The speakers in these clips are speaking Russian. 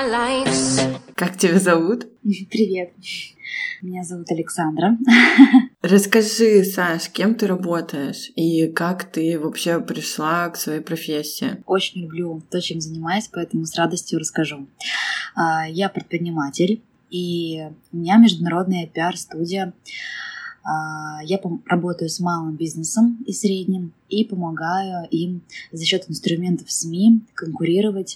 Как тебя зовут? Привет. Меня зовут Александра. Расскажи, Саш, кем ты работаешь и как ты вообще пришла к своей профессии? Очень люблю то, чем занимаюсь, поэтому с радостью расскажу. Я предприниматель, и у меня международная пиар-студия. Я работаю с малым бизнесом и средним и помогаю им за счет инструментов СМИ конкурировать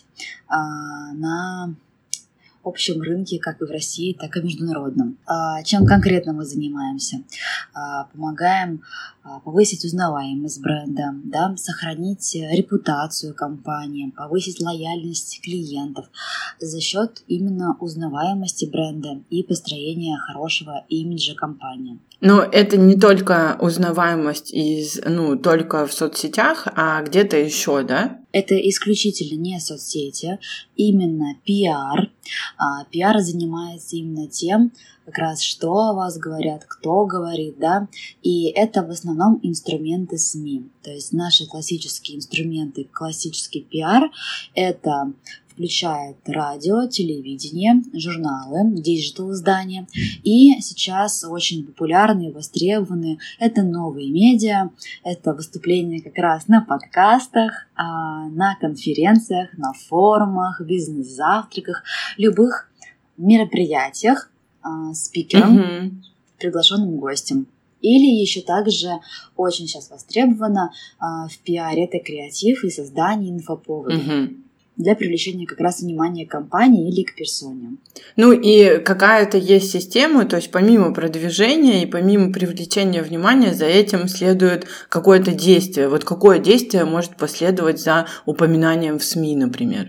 на общем рынке, как и в России, так и международном. Чем конкретно мы занимаемся? Помогаем повысить узнаваемость бренда, сохранить репутацию компании, повысить лояльность клиентов за счет именно узнаваемости бренда и построения хорошего имиджа компании. Но это не только узнаваемость только в соцсетях, а где-то еще, да? Это исключительно не соцсети, именно пиар. Пиар занимается именно тем, как раз что о вас говорят, кто говорит, да, и это в основном инструменты СМИ. То есть наши классические инструменты, классический пиар, это включает радио, телевидение, журналы, диджитал-издания. И сейчас очень популярные, востребованные — это новые медиа, это выступления как раз на подкастах, на конференциях, на форумах, бизнес-завтраках, любых мероприятиях спикером, приглашенным гостем. Или еще также очень сейчас востребовано в пиаре это креатив и создание инфоповода. Для привлечения как раз внимания к компании или к персоне. Ну и какая-то есть система, то есть помимо продвижения и помимо привлечения внимания за этим следует какое-то действие. Вот какое действие может последовать за упоминанием в СМИ, например?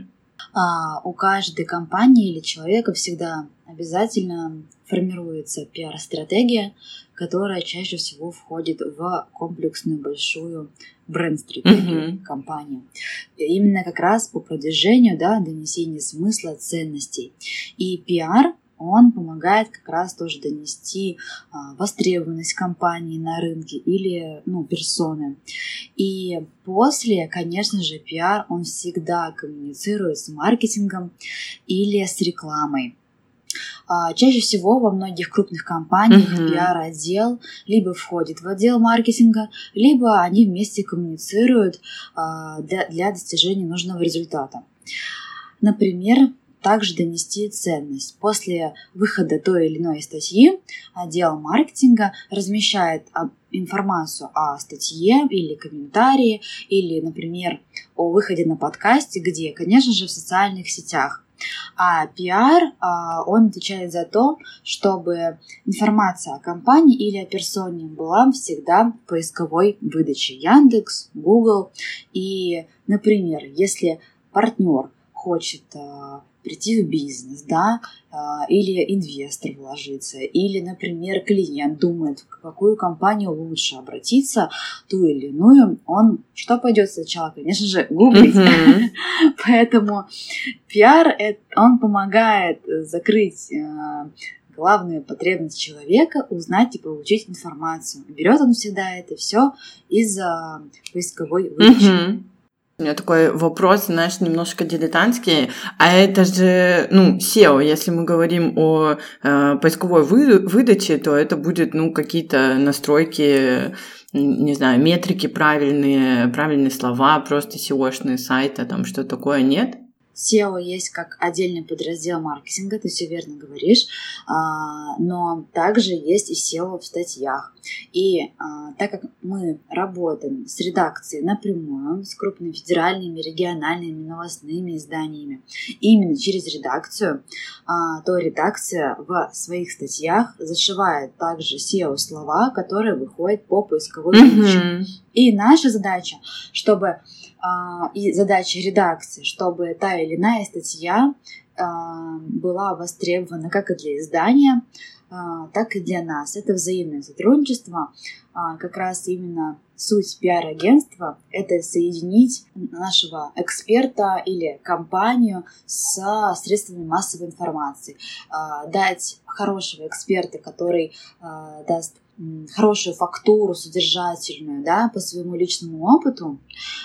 У каждой компании или человека всегда обязательно формируется пиар-стратегия, которая чаще всего входит в комплексную большую бренд-стратегию компании. Именно как раз по продвижению, донесению смысла, ценностей. И пиар, он помогает как раз тоже донести востребованность компании на рынке или персоны. И после, конечно же, пиар, он всегда коммуницирует с маркетингом или с рекламой. Чаще всего во многих крупных компаниях пиар-отдел либо входит в отдел маркетинга, либо они вместе коммуницируют для достижения нужного результата. Например, также донести ценность. После выхода той или иной статьи отдел маркетинга размещает информацию о статье или комментарии, или, например, о выходе на подкасте, где, конечно же, в социальных сетях. А пиар, он отвечает за то, чтобы информация о компании или о персоне была всегда в поисковой выдаче Яндекс, Google. И, например, если партнер хочет прийти в бизнес, или инвестор вложиться, или, например, клиент думает, в какую компанию лучше обратиться, ту или иную, он что пойдет сначала? Конечно же, гуглить. Поэтому пиар, он помогает закрыть главную потребность человека — узнать и получить информацию. Берет он всегда это все из поисковой выдачи. У меня такой вопрос, немножко дилетантский. А это же, SEO. Если мы говорим о поисковой выдаче, то это будет, какие-то настройки, не знаю, метрики правильные слова, просто SEO-шные сайты, там что такое, нет? SEO есть как отдельный подраздел маркетинга, ты все верно говоришь, но также есть и SEO в статьях. И так как мы работаем с редакцией напрямую, с крупными федеральными, региональными, новостными изданиями, именно через редакцию, то редакция в своих статьях зашивает также SEO-слова, которые выходят по поисковой выдаче. И наша задача, и задача редакции, чтобы та или иная статья была востребована как и для издания, так и для нас. Это взаимное сотрудничество. Как раз именно суть пиар-агентства — это соединить нашего эксперта или компанию со средствами массовой информации. Дать хорошего эксперта, который даст хорошую фактуру содержательную, да, по своему личному опыту,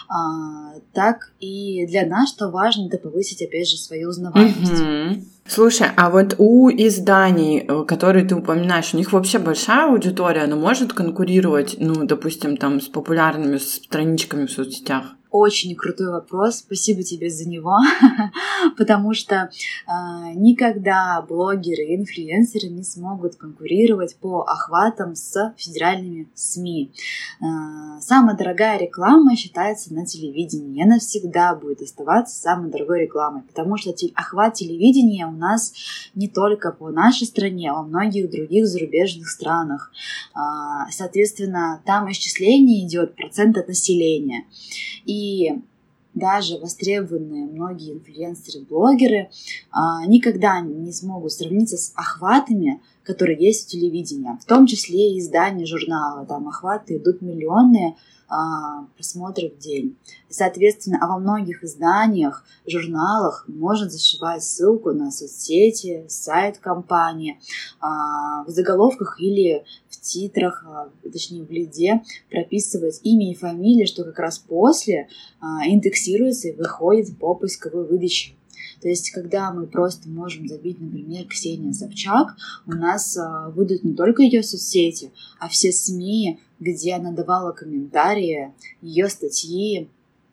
так и для нас, что важно, это повысить, опять же, свою узнаваемость. Слушай, а вот у изданий, которые ты упоминаешь, у них вообще большая аудитория, она может конкурировать, ну, допустим, там, с популярными страничками в соцсетях? Очень крутой вопрос, спасибо тебе за него, потому что никогда блогеры и инфлюенсеры не смогут конкурировать по охватам с федеральными СМИ. Самая дорогая реклама считается на телевидении, и она всегда будет оставаться самой дорогой рекламой, потому что охват телевидения у нас не только по нашей стране, а во многих других зарубежных странах. Соответственно, там исчисление идет процент от населения. И даже востребованные многие инфлюенсеры, блогеры никогда не смогут сравниться с охватами, которые есть в телевидении, в том числе и издания, журнала. Там охваты идут миллионные просмотров в день. Соответственно, во многих изданиях, журналах можно зашивать ссылку на соцсети, сайт компании, в заголовках или в титрах, точнее в лиде, прописывать имя и фамилия, что как раз после индексируется и выходит по поисковой выдаче. То есть, когда мы просто можем забить, например, Ксения Собчак, у нас выйдут не только ее соцсети, а все СМИ, где она давала комментарии, ее статьи,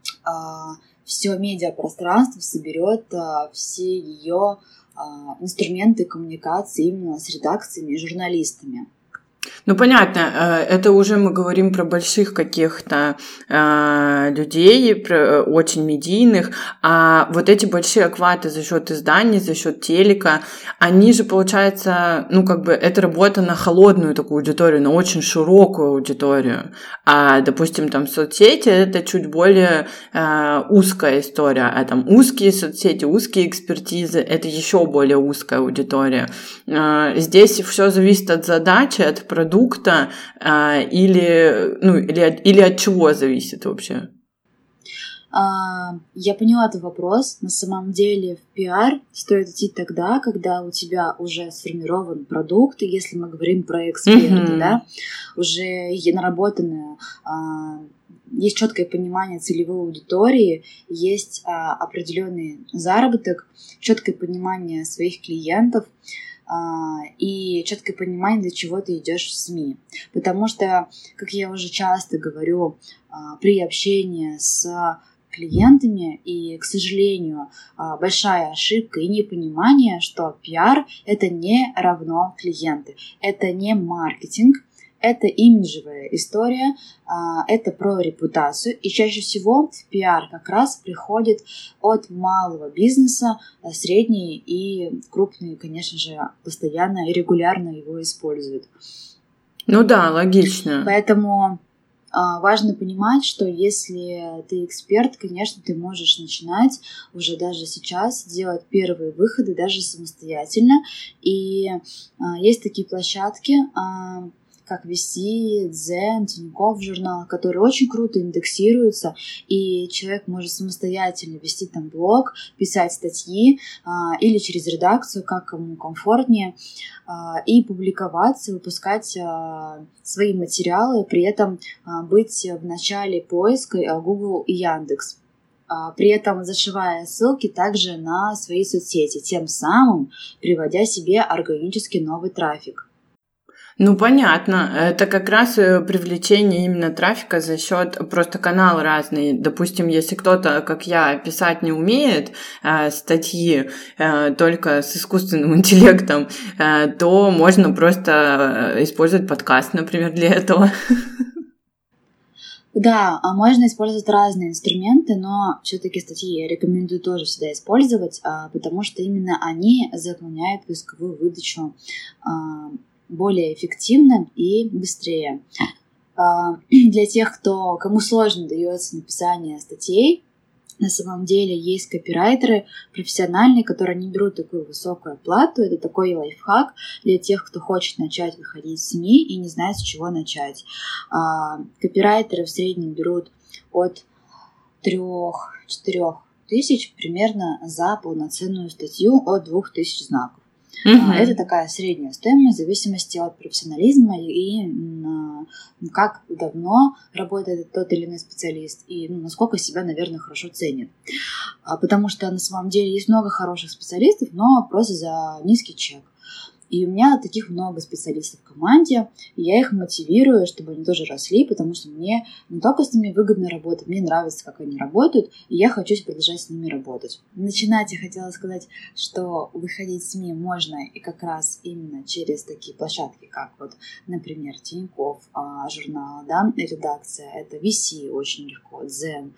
все медиапространство соберет все ее инструменты коммуникации именно с редакциями и журналистами. Ну, понятно, это уже мы говорим про больших каких-то людей, про очень медийных, а вот эти большие охваты за счет изданий, за счет телека, они же, получается, ну, как бы это работа на холодную такую аудиторию, на очень широкую аудиторию, а, допустим, там соцсети — это чуть более узкая история, а там узкие соцсети, узкие экспертизы — это еще более узкая аудитория. Здесь все зависит от задачи, от продукта или от чего зависит вообще? Я поняла этот вопрос. На самом деле в пиар стоит идти тогда, когда у тебя уже сформирован продукт, и если мы говорим про эксперта, да, уже наработанное, есть четкое понимание целевой аудитории, есть определенный заработок, четкое понимание своих клиентов, и четкое понимание, для чего ты идешь в СМИ. Потому что, как я уже часто говорю, при общении с клиентами, и, к сожалению, большая ошибка и непонимание, что пиар — это не равно клиенты, это не маркетинг, это имиджевая история, это про репутацию, и чаще всего в пиар как раз приходит от малого бизнеса, средний и крупный, конечно же, постоянно и регулярно его используют. Ну да, логично. Поэтому важно понимать, что если ты эксперт, конечно, ты можешь начинать уже даже сейчас делать первые выходы даже самостоятельно, и есть такие площадки, как VC, Дзен, Тинькофф журнал, которые очень круто индексируются, и человек может самостоятельно вести там блог, писать статьи или через редакцию, как кому комфортнее, и публиковаться, выпускать свои материалы, при этом быть в начале поиска Google и Яндекс. При этом зашивая ссылки также на свои соцсети, тем самым приводя себе органически новый трафик. Ну, понятно. Это как раз привлечение именно трафика за счет просто канал разный. Допустим, если кто-то, как я, писать не умеет статьи только с искусственным интеллектом, то можно просто использовать подкаст, например, для этого. Да, можно использовать разные инструменты, но все-таки статьи я рекомендую тоже всегда использовать, потому что именно они заполняют поисковую выдачу более эффективно и быстрее. Для тех, кому сложно дается написание статей, на самом деле есть копирайтеры профессиональные, которые не берут такую высокую оплату. Это такой лайфхак для тех, кто хочет начать выходить в СМИ и не знает, с чего начать. Копирайтеры в среднем берут от 3-4 тысяч примерно за полноценную статью от 2000 знаков. Это такая средняя стоимость в зависимости от профессионализма и как давно работает тот или иной специалист и насколько себя, наверное, хорошо ценит. Потому что на самом деле есть много хороших специалистов, но просто за низкий чек. И у меня таких много специалистов в команде, и я их мотивирую, чтобы они тоже росли, потому что мне не только с ними выгодно работать, мне нравится, как они работают, и я хочу продолжать с ними работать. Начинать я хотела сказать, что выходить в СМИ можно и как раз именно через такие площадки, как вот, например, Тинькофф, журнал, да, редакция, это VC очень легко, Дзен.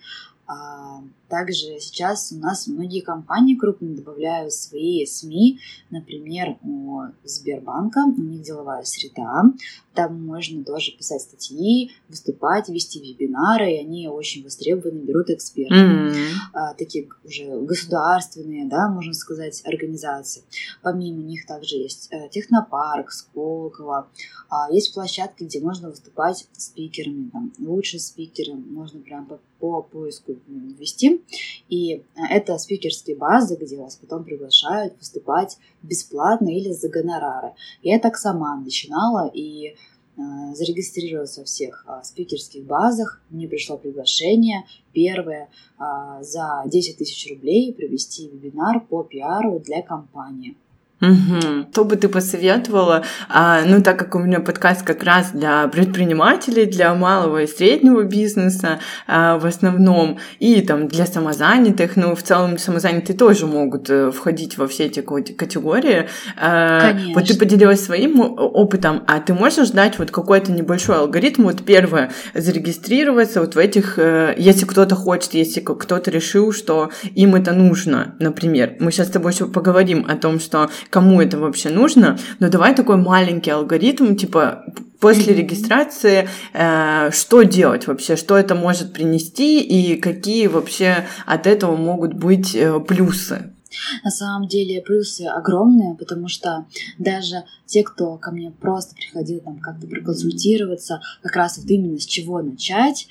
Также сейчас у нас многие компании крупные добавляют свои СМИ, например, у Сбербанка, у них деловая среда, там можно тоже писать статьи, выступать, вести вебинары, и они очень востребованы, берут экспертов. Такие уже государственные, да, можно сказать, организации. Помимо них также есть Технопарк, Сколково, есть площадки, где можно выступать спикерами, там, лучшие спикеры, можно прям по поиску ввести. И это спикерские базы, где вас потом приглашают выступать бесплатно или за гонорары. Я так сама начинала и зарегистрировалась во всех спикерских базах. Мне пришло приглашение первое за 10 тысяч рублей провести вебинар по пиару для компании. Что бы ты посоветовала, так как у меня подкаст как раз для предпринимателей, для малого и среднего бизнеса в основном, и там для самозанятых, в целом самозанятые тоже могут входить во все эти категории. Конечно. Вот ты поделилась своим опытом, а ты можешь дать вот какой-то небольшой алгоритм, вот первое, зарегистрироваться вот в этих, если кто-то хочет, если кто-то решил, что им это нужно, например. Мы сейчас с тобой еще поговорим о том, что кому это вообще нужно, но давай такой маленький алгоритм, типа после регистрации, что делать вообще, что это может принести и какие вообще от этого могут быть плюсы. На самом деле плюсы огромные, потому что даже те, кто ко мне просто приходил там как-то проконсультироваться, как раз вот именно с чего начать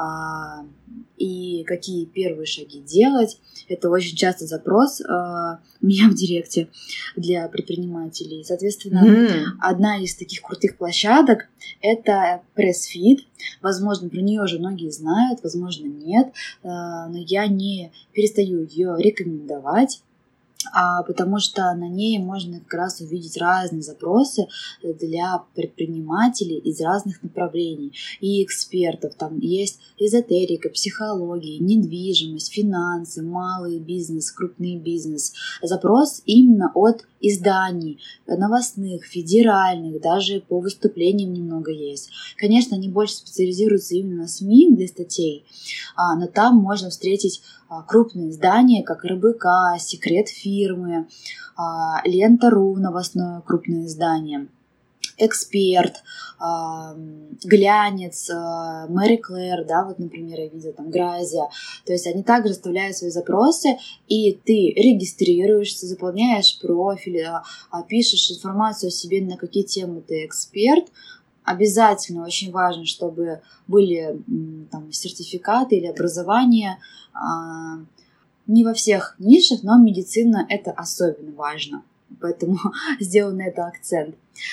и какие первые шаги делать, это очень часто запрос у меня в директе для предпринимателей. Соответственно, одна из таких крутых площадок — это PressFeed. Возможно, про нее уже многие знают, возможно, нет, но я не перестаю ее рекомендовать, потому что на ней можно как раз увидеть разные запросы для предпринимателей из разных направлений и экспертов. Там есть эзотерика, психология, недвижимость, финансы, малый бизнес, крупный бизнес. Запрос именно от изданий, новостных, федеральных, даже по выступлениям немного есть. Конечно, они больше специализируются именно на СМИ для статей, но там можно встретить крупные издания, как РБК, Секрет фирмы, Лента.ру, новостное крупное издание, Эксперт, Глянец, Мэри Клэр, да, вот, например, я видела там Гразия. То есть они также оставляют свои запросы, и ты регистрируешься, заполняешь профиль, пишешь информацию о себе, на какие темы ты эксперт. Обязательно очень важно, чтобы были там сертификаты или образование. Не во всех нишах, но медицина — это особенно важно. Поэтому сделаю на это акцент.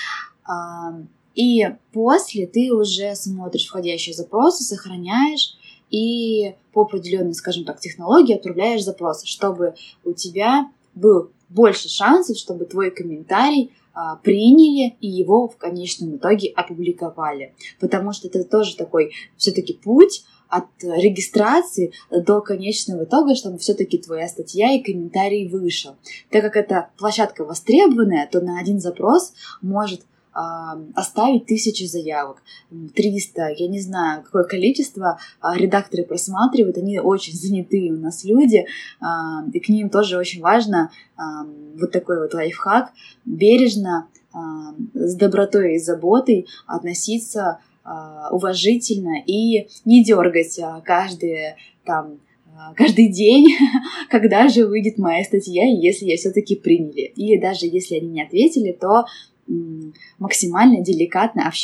И после ты уже смотришь входящие запросы, сохраняешь и по определенной, скажем так, технологии отправляешь запросы, чтобы у тебя был больше шансов, чтобы твой комментарий приняли и его в конечном итоге опубликовали. Потому что это тоже такой все-таки путь от регистрации до конечного итога, чтобы все-таки твоя статья и комментарий вышел. Так как эта площадка востребованная, то на один запрос может оставить 1000 заявок, 300, я не знаю, какое количество редакторы просматривают, они очень занятые у нас люди, и к ним тоже очень важно вот такой вот лайфхак, бережно, с добротой и заботой относиться уважительно и не дергать каждый день, когда же выйдет моя статья, если я все-таки приняли. И даже если они не ответили, то максимально деликатно общаться.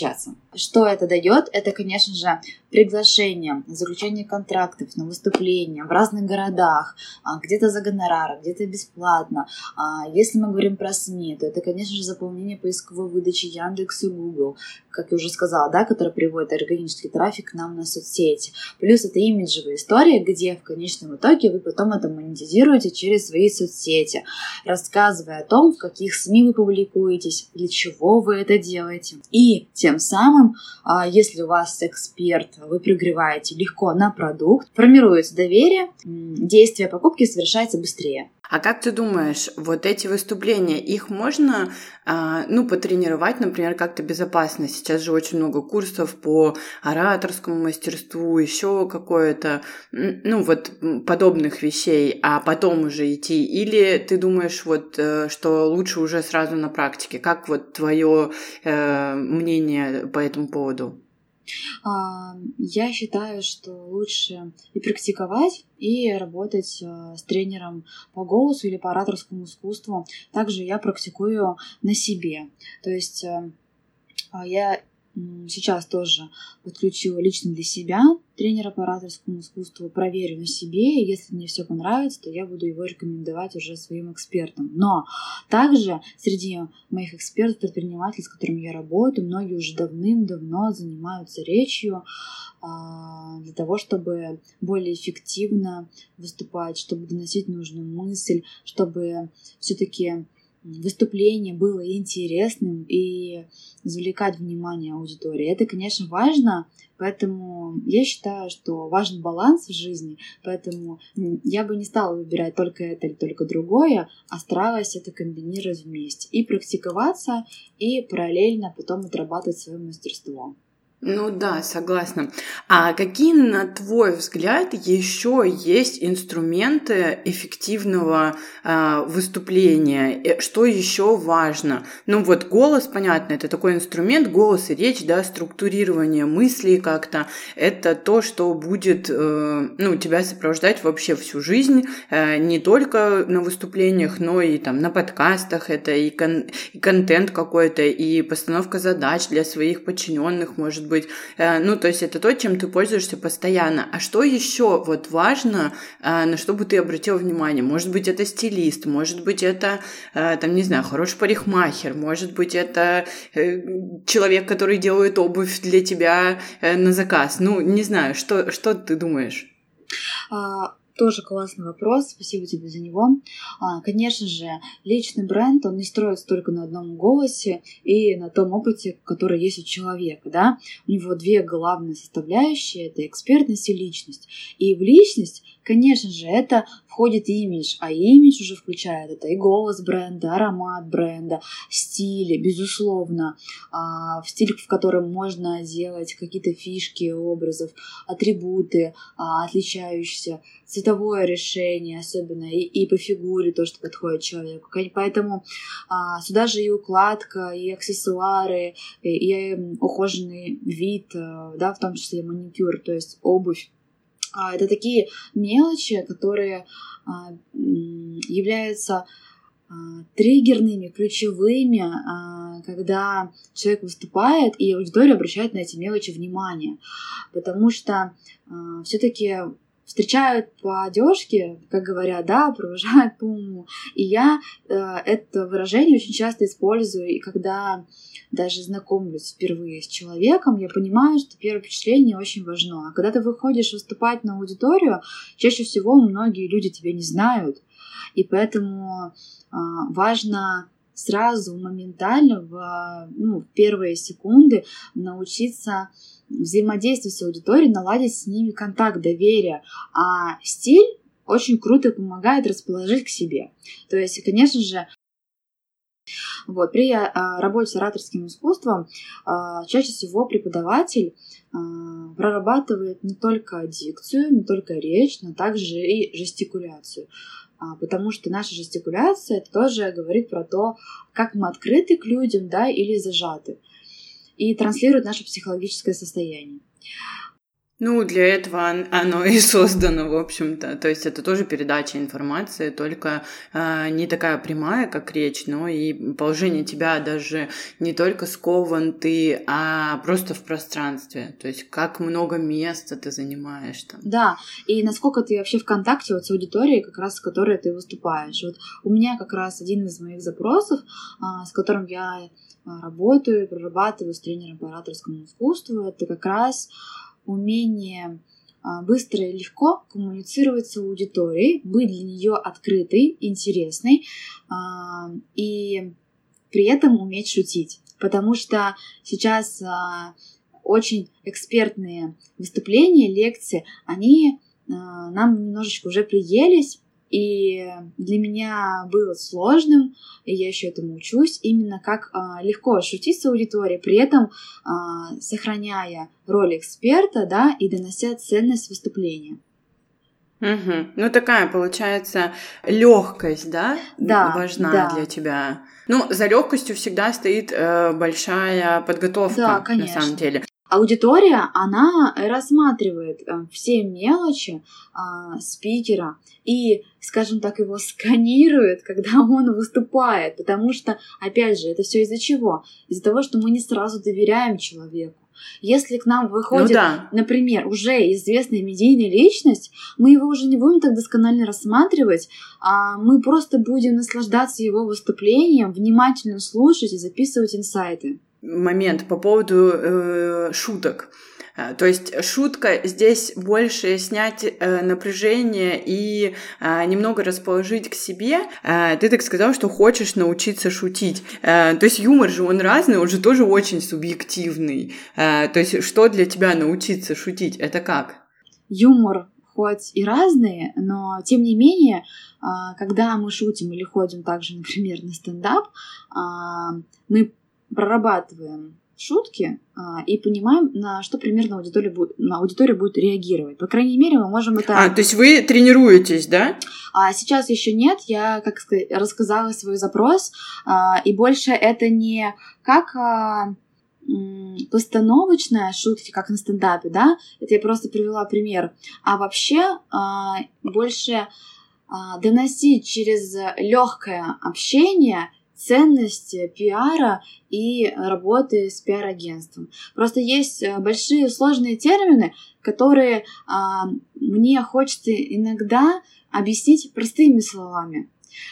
Что это дает? Это, конечно же, приглашение, заключение контрактов на выступления в разных городах, где-то за гонорар, где-то бесплатно. Если мы говорим про СМИ, то это, конечно же, заполнение поисковой выдачи Яндекс и Google, как я уже сказала, да, который приводит органический трафик к нам на соцсети. Плюс это имиджевая история, где в конечном итоге вы потом это монетизируете через свои соцсети, рассказывая о том, в каких СМИ вы публикуетесь, для чего вы это делаете. И тем самым, если у вас эксперт, вы прогреваете легко на продукт, формируется доверие, действие покупки совершается быстрее. А как ты думаешь, вот эти выступления, их можно, потренировать, например, как-то безопасно? Сейчас же очень много курсов по ораторскому мастерству, еще какое-то, подобных вещей, а потом уже идти. Или ты думаешь, что лучше уже сразу на практике? Как твое мнение по этому поводу? Я считаю, что лучше и практиковать, и работать с тренером по голосу или по ораторскому искусству. Также я практикую на себе. То есть я сейчас тоже подключила лично для себя тренера по ораторскому искусству, проверю на себе, и если мне все понравится, то я буду его рекомендовать уже своим экспертам. Но также среди моих экспертов, предпринимателей, с которыми я работаю, многие уже давным-давно занимаются речью для того, чтобы более эффективно выступать, чтобы доносить нужную мысль, чтобы все-таки выступление было интересным и завлекать внимание аудитории. Это, конечно, важно, поэтому я считаю, что важен баланс в жизни, поэтому я бы не стала выбирать только это или только другое, а старалась это комбинировать вместе и практиковаться, и параллельно потом отрабатывать свое мастерство. Да, согласна. А какие, на твой взгляд, еще есть инструменты эффективного выступления? Что еще важно? Голос, понятно, это такой инструмент, голос и речь, да, структурирование мыслей как-то. Это то, что будет, тебя сопровождать вообще всю жизнь, не только на выступлениях, но и на подкастах. Это и контент какой-то, и постановка задач для своих подчиненных, может быть. То есть это то, чем ты пользуешься постоянно. А что еще важно, на что бы ты обратил внимание? Может быть, это стилист, может быть, это, хороший парикмахер, может быть, это человек, который делает обувь для тебя на заказ. Не знаю, что ты думаешь? Тоже классный вопрос, спасибо тебе за него. Конечно же, личный бренд, он не строится только на одном голосе и на том опыте, который есть у человека, да. У него две главные составляющие, это экспертность и личность. И в личность, конечно же, это входит имидж, а имидж уже включает это и голос бренда, аромат бренда, стиль, безусловно, в стиль, в котором можно делать какие-то фишки образов, атрибуты, отличающиеся, цветовое решение, особенно и по фигуре, то, что подходит человеку. Поэтому сюда же и укладка, и аксессуары, и ухоженный вид, да, в том числе и маникюр, то есть обувь. Это такие мелочи, которые являются триггерными, ключевыми, когда человек выступает, и аудитория обращает на эти мелочи внимание. Потому что все-таки встречают по одежке, как говорят, да, провожают по уму. И я это выражение очень часто использую, и когда даже знакомлюсь впервые с человеком, я понимаю, что первое впечатление очень важно. А когда ты выходишь выступать на аудиторию, чаще всего многие люди тебя не знают, и поэтому важно сразу, моментально, в первые секунды научиться взаимодействовать с аудиторией, наладить с ними контакт, доверие. А стиль очень круто помогает расположить к себе. То есть, конечно же, при работе с ораторским искусством чаще всего преподаватель прорабатывает не только дикцию, не только речь, но также и жестикуляцию. Потому что наша жестикуляция это тоже говорит про то, как мы открыты к людям, да, или зажаты, и транслирует наше психологическое состояние. Ну, для этого оно и создано, в общем-то. То есть это тоже передача информации, только не такая прямая, как речь, но и положение тебя даже не только скован ты, а просто в пространстве. То есть как много места ты занимаешь там. Да, и насколько ты вообще в контакте вот с аудиторией, как раз с которой ты выступаешь. Вот у меня как раз один из моих запросов, с которым я работаю, прорабатываю с тренером по ораторскому искусству, это как раз умение быстро и легко коммуницировать с аудиторией, быть для нее открытой, интересной и при этом уметь шутить. Потому что сейчас очень экспертные выступления, лекции, они нам немножечко уже приелись, и для меня было сложным, и я еще этому учусь, именно как легко шутить с аудиторией, при этом сохраняя роль эксперта, да, и донося ценность выступления. Угу. Ну, такая, получается, легкость, да, важна для тебя. Ну, за легкостью всегда стоит большая подготовка, на самом деле. Аудитория, она рассматривает все мелочи спикера и, скажем так, его сканирует, когда он выступает, потому что, опять же, это все из-за чего? Из-за того, что мы не сразу доверяем человеку. Если к нам выходит, например, уже известная медийная личность, мы его уже не будем так досконально рассматривать, а мы просто будем наслаждаться его выступлением, внимательно слушать и записывать инсайты. Момент по поводу шуток. То есть шутка здесь больше снять напряжение и немного расположить к себе. Ты так сказал, что хочешь научиться шутить. То есть юмор же, он разный, он же тоже очень субъективный. То есть что для тебя научиться шутить? Это как? Юмор хоть и разные, но тем не менее, когда мы шутим или ходим также, например, на стендап, мы прорабатываем шутки и понимаем, на что примерно аудитория будет реагировать. По крайней мере, мы можем это... то есть вы тренируетесь, да? Сейчас еще нет. Я, как сказать, рассказала свой запрос, и больше это не как постановочная шутки, как на стендапе, да? Это я просто привела пример. А вообще больше доносить через легкое общение ценности пиара и работы с пиар-агентством. Просто есть большие сложные термины, которые мне хочется иногда объяснить простыми словами.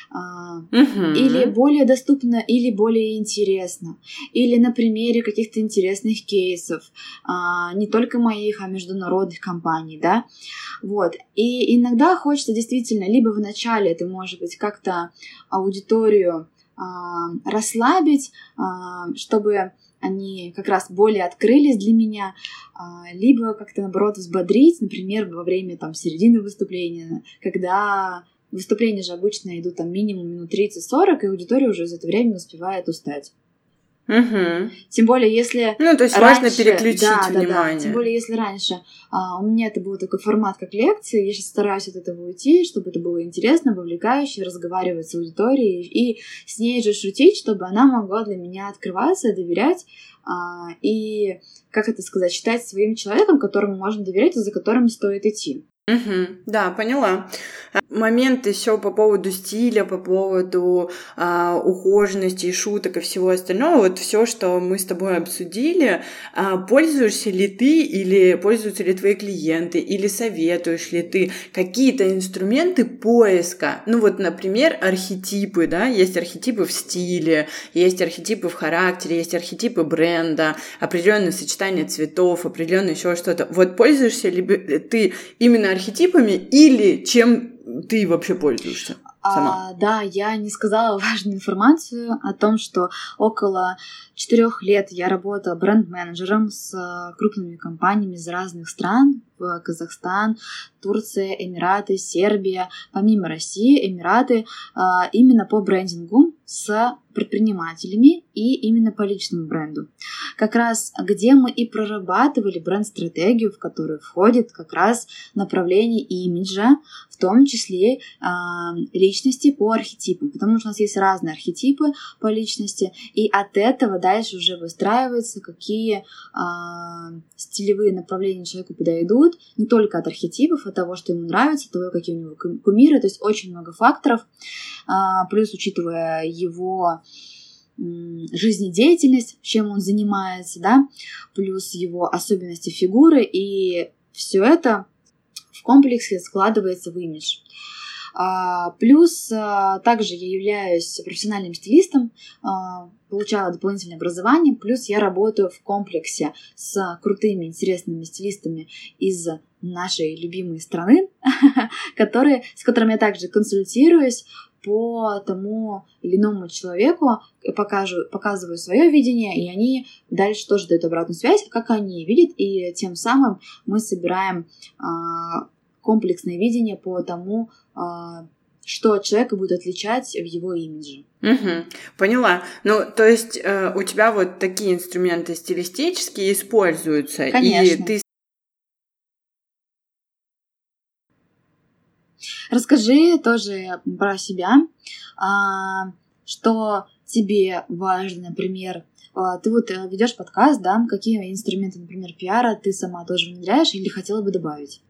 Или более доступно, или более интересно. Или на примере каких-то интересных кейсов. Не только моих, а международных компаний, да. Вот. И иногда хочется действительно, либо в начале это может быть как-то аудиторию расслабить, чтобы они как раз более открылись для меня, либо как-то, наоборот, взбодрить, например, во время середины выступления, когда выступления же обычно идут минимум минут 30-40, и аудитория уже за это время успевает устать. Угу. Тем более, если то есть раньше, важно переключить внимание. Да. Тем более, если раньше у меня это был такой формат, как лекции, я сейчас стараюсь от этого уйти, чтобы это было интересно, вовлекающе, разговаривать с аудиторией и с ней же шутить, чтобы она могла для меня открываться, доверять и, как это сказать, считать своим человеком, которому можно доверять и за которым стоит идти. Да, поняла. Момент еще по поводу стиля, по поводу ухоженности, шуток и всего остального, вот все, что мы с тобой обсудили, пользуешься ли ты или пользуются ли твои клиенты, или советуешь ли ты какие-то инструменты поиска? Ну вот, например, архетипы, да, есть архетипы в стиле, есть архетипы в характере, есть архетипы бренда, определенное сочетание цветов, определенное еще что-то. Вот пользуешься ли ты именно архетипами или чем ты вообще пользуешься сама? Да, я не сказала важную информацию о том, что около 4 лет я работала бренд-менеджером с крупными компаниями из разных стран. Казахстан, Турция, Эмираты, Сербия, помимо России, Эмираты, именно по брендингу с предпринимателями и именно по личному бренду. Как раз где мы и прорабатывали бренд-стратегию, в которую входит как раз направление имиджа, в том числе личности по архетипам, потому что у нас есть разные архетипы по личности, и от этого дальше уже выстраивается, какие стилевые направления человеку подойдут, не только от архетипов, от того, что ему нравится, от того, какие у него кумиры, то есть очень много факторов, плюс учитывая его жизнедеятельность, чем он занимается, да, плюс его особенности фигуры, и все это в комплексе складывается в имидж. Плюс также я являюсь профессиональным стилистом, получала дополнительное образование, плюс я работаю в комплексе с крутыми, интересными стилистами из нашей любимой страны, с которыми я также консультируюсь по тому или иному человеку, показываю свое видение, и они дальше тоже дают обратную связь, как они видят, и тем самым мы собираем комплексное видение по тому, что человека будет отличать в его имидже. Поняла. Ну, то есть у тебя вот такие инструменты стилистические используются. Конечно. И ты... Расскажи тоже про себя, что тебе важно, например, ты вот ведешь подкаст, да, какие инструменты, например, пиара ты сама тоже внедряешь или хотела бы добавить?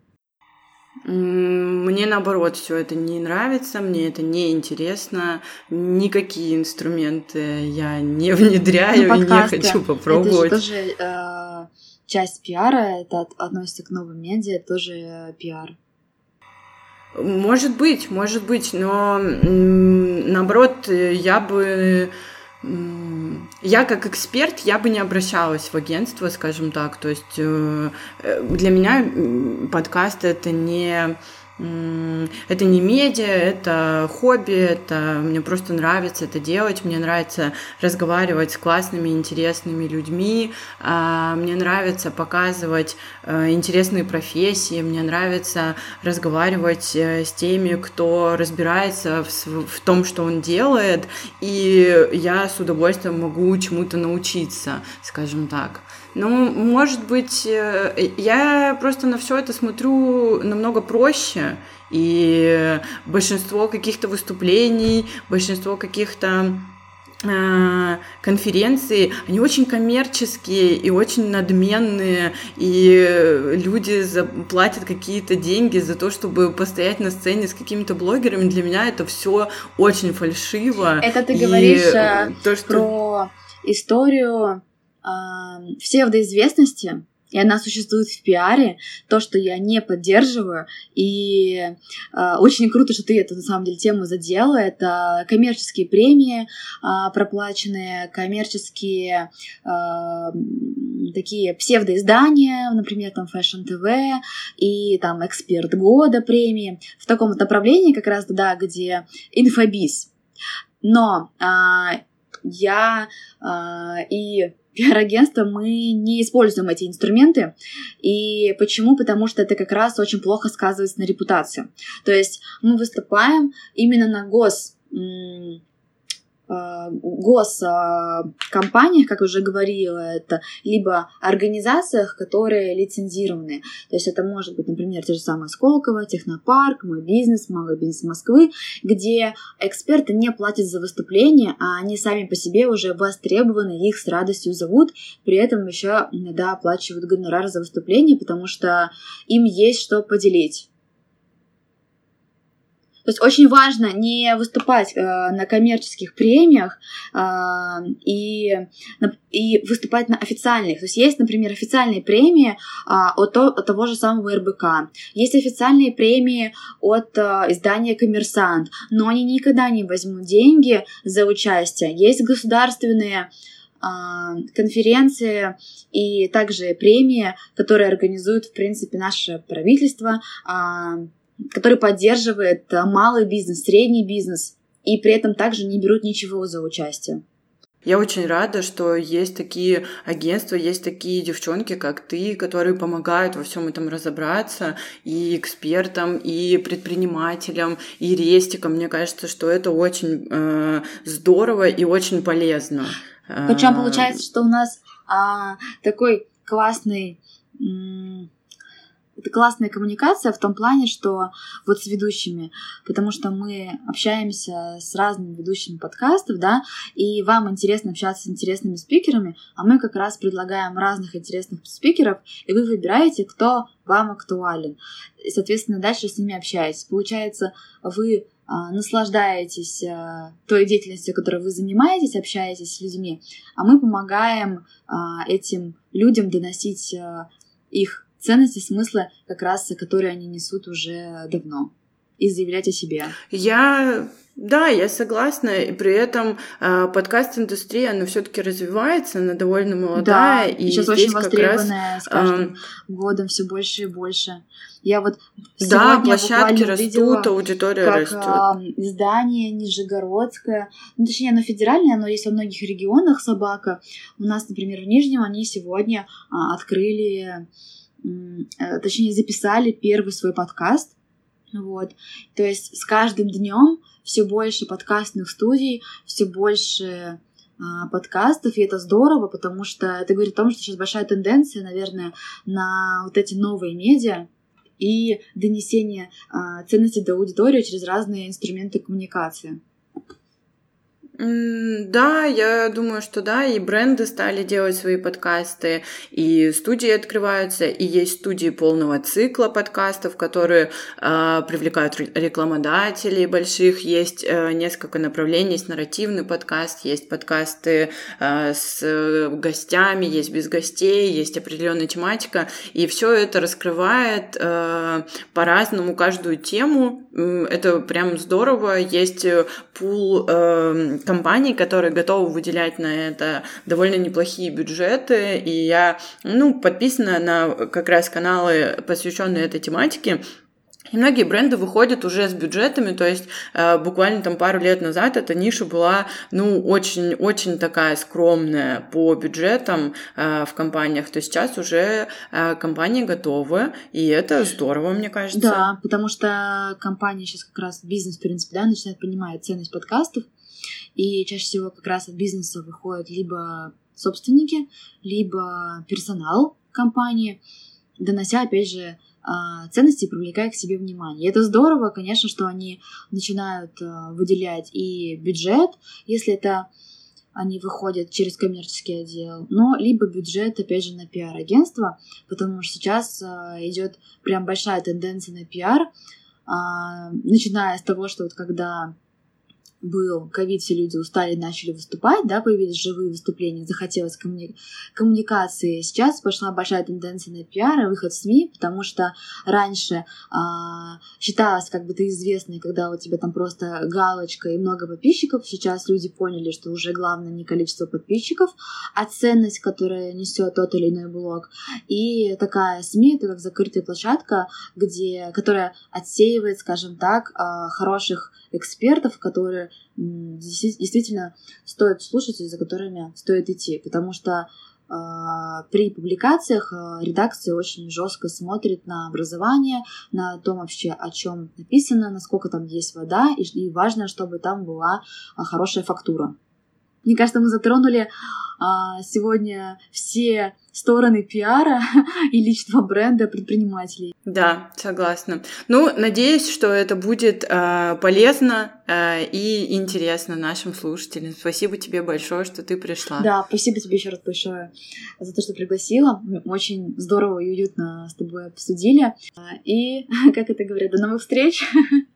Мне наоборот все это не нравится, мне это не интересно, никакие инструменты я не внедряю и не хочу попробовать. Это же тоже часть пиара, это относится к новым медиа, тоже пиар. Может быть, но наоборот, я как эксперт, я бы не обращалась в агентство, скажем так. То есть для меня подкаст это не медиа, это хобби, мне просто нравится это делать, мне нравится разговаривать с классными, интересными людьми, мне нравится показывать интересные профессии, мне нравится разговаривать с теми, кто разбирается в том, что он делает, и я с удовольствием могу чему-то научиться, скажем так. Ну, может быть, я просто на все это смотрю намного проще, и большинство каких-то выступлений, большинство каких-то конференций, они очень коммерческие и очень надменные, и люди платят какие-то деньги за то, чтобы постоять на сцене с какими-то блогерами. Для меня это все очень фальшиво. Это ты говоришь про историю псевдоизвестности, и она существует в пиаре, то, что я не поддерживаю, и очень круто, что ты эту, на самом деле, тему задела, это коммерческие премии, проплаченные, коммерческие такие псевдоиздания, например, там Fashion TV и там Эксперт года премии, в таком вот направлении как раз, да, где инфобиз. Но я и пиар-агентство, мы не используем эти инструменты. И почему? Потому что это как раз очень плохо сказывается на репутации. То есть мы выступаем именно на госкомпаниях, как уже говорила, это либо организациях, которые лицензированы. То есть это может быть, например, те же самые Сколково, Технопарк, Мой бизнес, Малый бизнес Москвы, где эксперты не платят за выступление, а они сами по себе уже востребованы, их с радостью зовут, при этом еще иногда оплачивают гонорар за выступление, потому что им есть что поделить. То есть очень важно не выступать на коммерческих премиях и выступать на официальных. То есть есть, например, официальные премии от того же самого РБК. Есть официальные премии от издания «Коммерсант», но они никогда не возьмут деньги за участие. Есть государственные конференции и также премии, которые организует, в принципе, наше правительство, который поддерживает малый бизнес, средний бизнес, и при этом также не берут ничего за участие. Я очень рада, что есть такие агентства, есть такие девчонки, как ты, которые помогают во всем этом разобраться, и экспертам, и предпринимателям, и рестикам. Мне кажется, что это очень здорово и очень полезно. Причем получается, что у нас такой классный... Это классная коммуникация в том плане, что вот с ведущими, потому что мы общаемся с разными ведущими подкастов, да, и вам интересно общаться с интересными спикерами, а мы как раз предлагаем разных интересных спикеров, и вы выбираете, кто вам актуален. И, соответственно, дальше с ними общаетесь. Получается, вы наслаждаетесь той деятельностью, которой вы занимаетесь, общаетесь с людьми, а мы помогаем этим людям доносить их ценности, смыслы, как раз, которые они несут уже давно, и заявлять о себе. Я согласна, и при этом подкаст-индустрия, она все-таки развивается, она довольно молодая. Да, и сейчас очень востребованная, с каждым годом все больше и больше. Я вот сегодня площадки растут, аудитория как растет. Издание Нижегородское, точнее, оно федеральное, оно есть во многих регионах, «Собака». У нас, например, в Нижнем они сегодня открыли, точнее, записали первый свой подкаст. Вот. То есть с каждым днем все больше подкастных студий, все больше подкастов, и это здорово, потому что это говорит о том, что сейчас большая тенденция, наверное, на вот эти новые медиа и донесение ценностей до аудитории через разные инструменты коммуникации. Да, я думаю, что да, и бренды стали делать свои подкасты, и студии открываются, и есть студии полного цикла подкастов, которые привлекают рекламодателей больших, есть несколько направлений, есть нарративный подкаст, есть подкасты с гостями, есть без гостей, есть определенная тематика, и все это раскрывает по-разному каждую тему, это прям здорово, есть пул компаний, которые готовы выделять на это довольно неплохие бюджеты, и я подписана на как раз каналы, посвященные этой тематике. И многие бренды выходят уже с бюджетами, то есть буквально там пару лет назад эта ниша была, очень такая скромная по бюджетам в компаниях, то сейчас уже компании готовы, и это здорово, мне кажется. Да, потому что компании сейчас как раз бизнес, в принципе, да, начинает понимать ценность подкастов, и чаще всего как раз от бизнеса выходят либо собственники, либо персонал компании, донося, опять же, ценности и привлекая к себе внимание. И это здорово, конечно, что они начинают выделять и бюджет, если это они выходят через коммерческий отдел, но либо бюджет, опять же, на пиар-агентство, потому что сейчас идет прям большая тенденция на пиар, начиная с того, что вот когда был ковид, все люди устали, начали выступать, да, появились живые выступления, захотелось коммуникации. Сейчас пошла большая тенденция на пиар и выход в СМИ, потому что раньше считалось, как бы ты известный, когда у тебя там просто галочка и много подписчиков. Сейчас люди поняли, что уже главное не количество подписчиков, а ценность, которая несет тот или иной блог. И такая СМИ — это как закрытая площадка, которая отсеивает, скажем так, хороших экспертов, которые действительно стоит слушать и за которыми стоит идти, потому что при публикациях редакция очень жестко смотрит на образование, на том вообще, о чем написано, насколько там есть вода, и важно, чтобы там была хорошая фактура. Мне кажется, мы затронули сегодня все стороны пиара и личного бренда предпринимателей. Да, согласна. Надеюсь, что это будет полезно и интересно нашим слушателям. Спасибо тебе большое, что ты пришла. Да, спасибо тебе еще раз большое за то, что пригласила. Очень здорово и уютно с тобой обсудили. И, как это говорят, до новых встреч!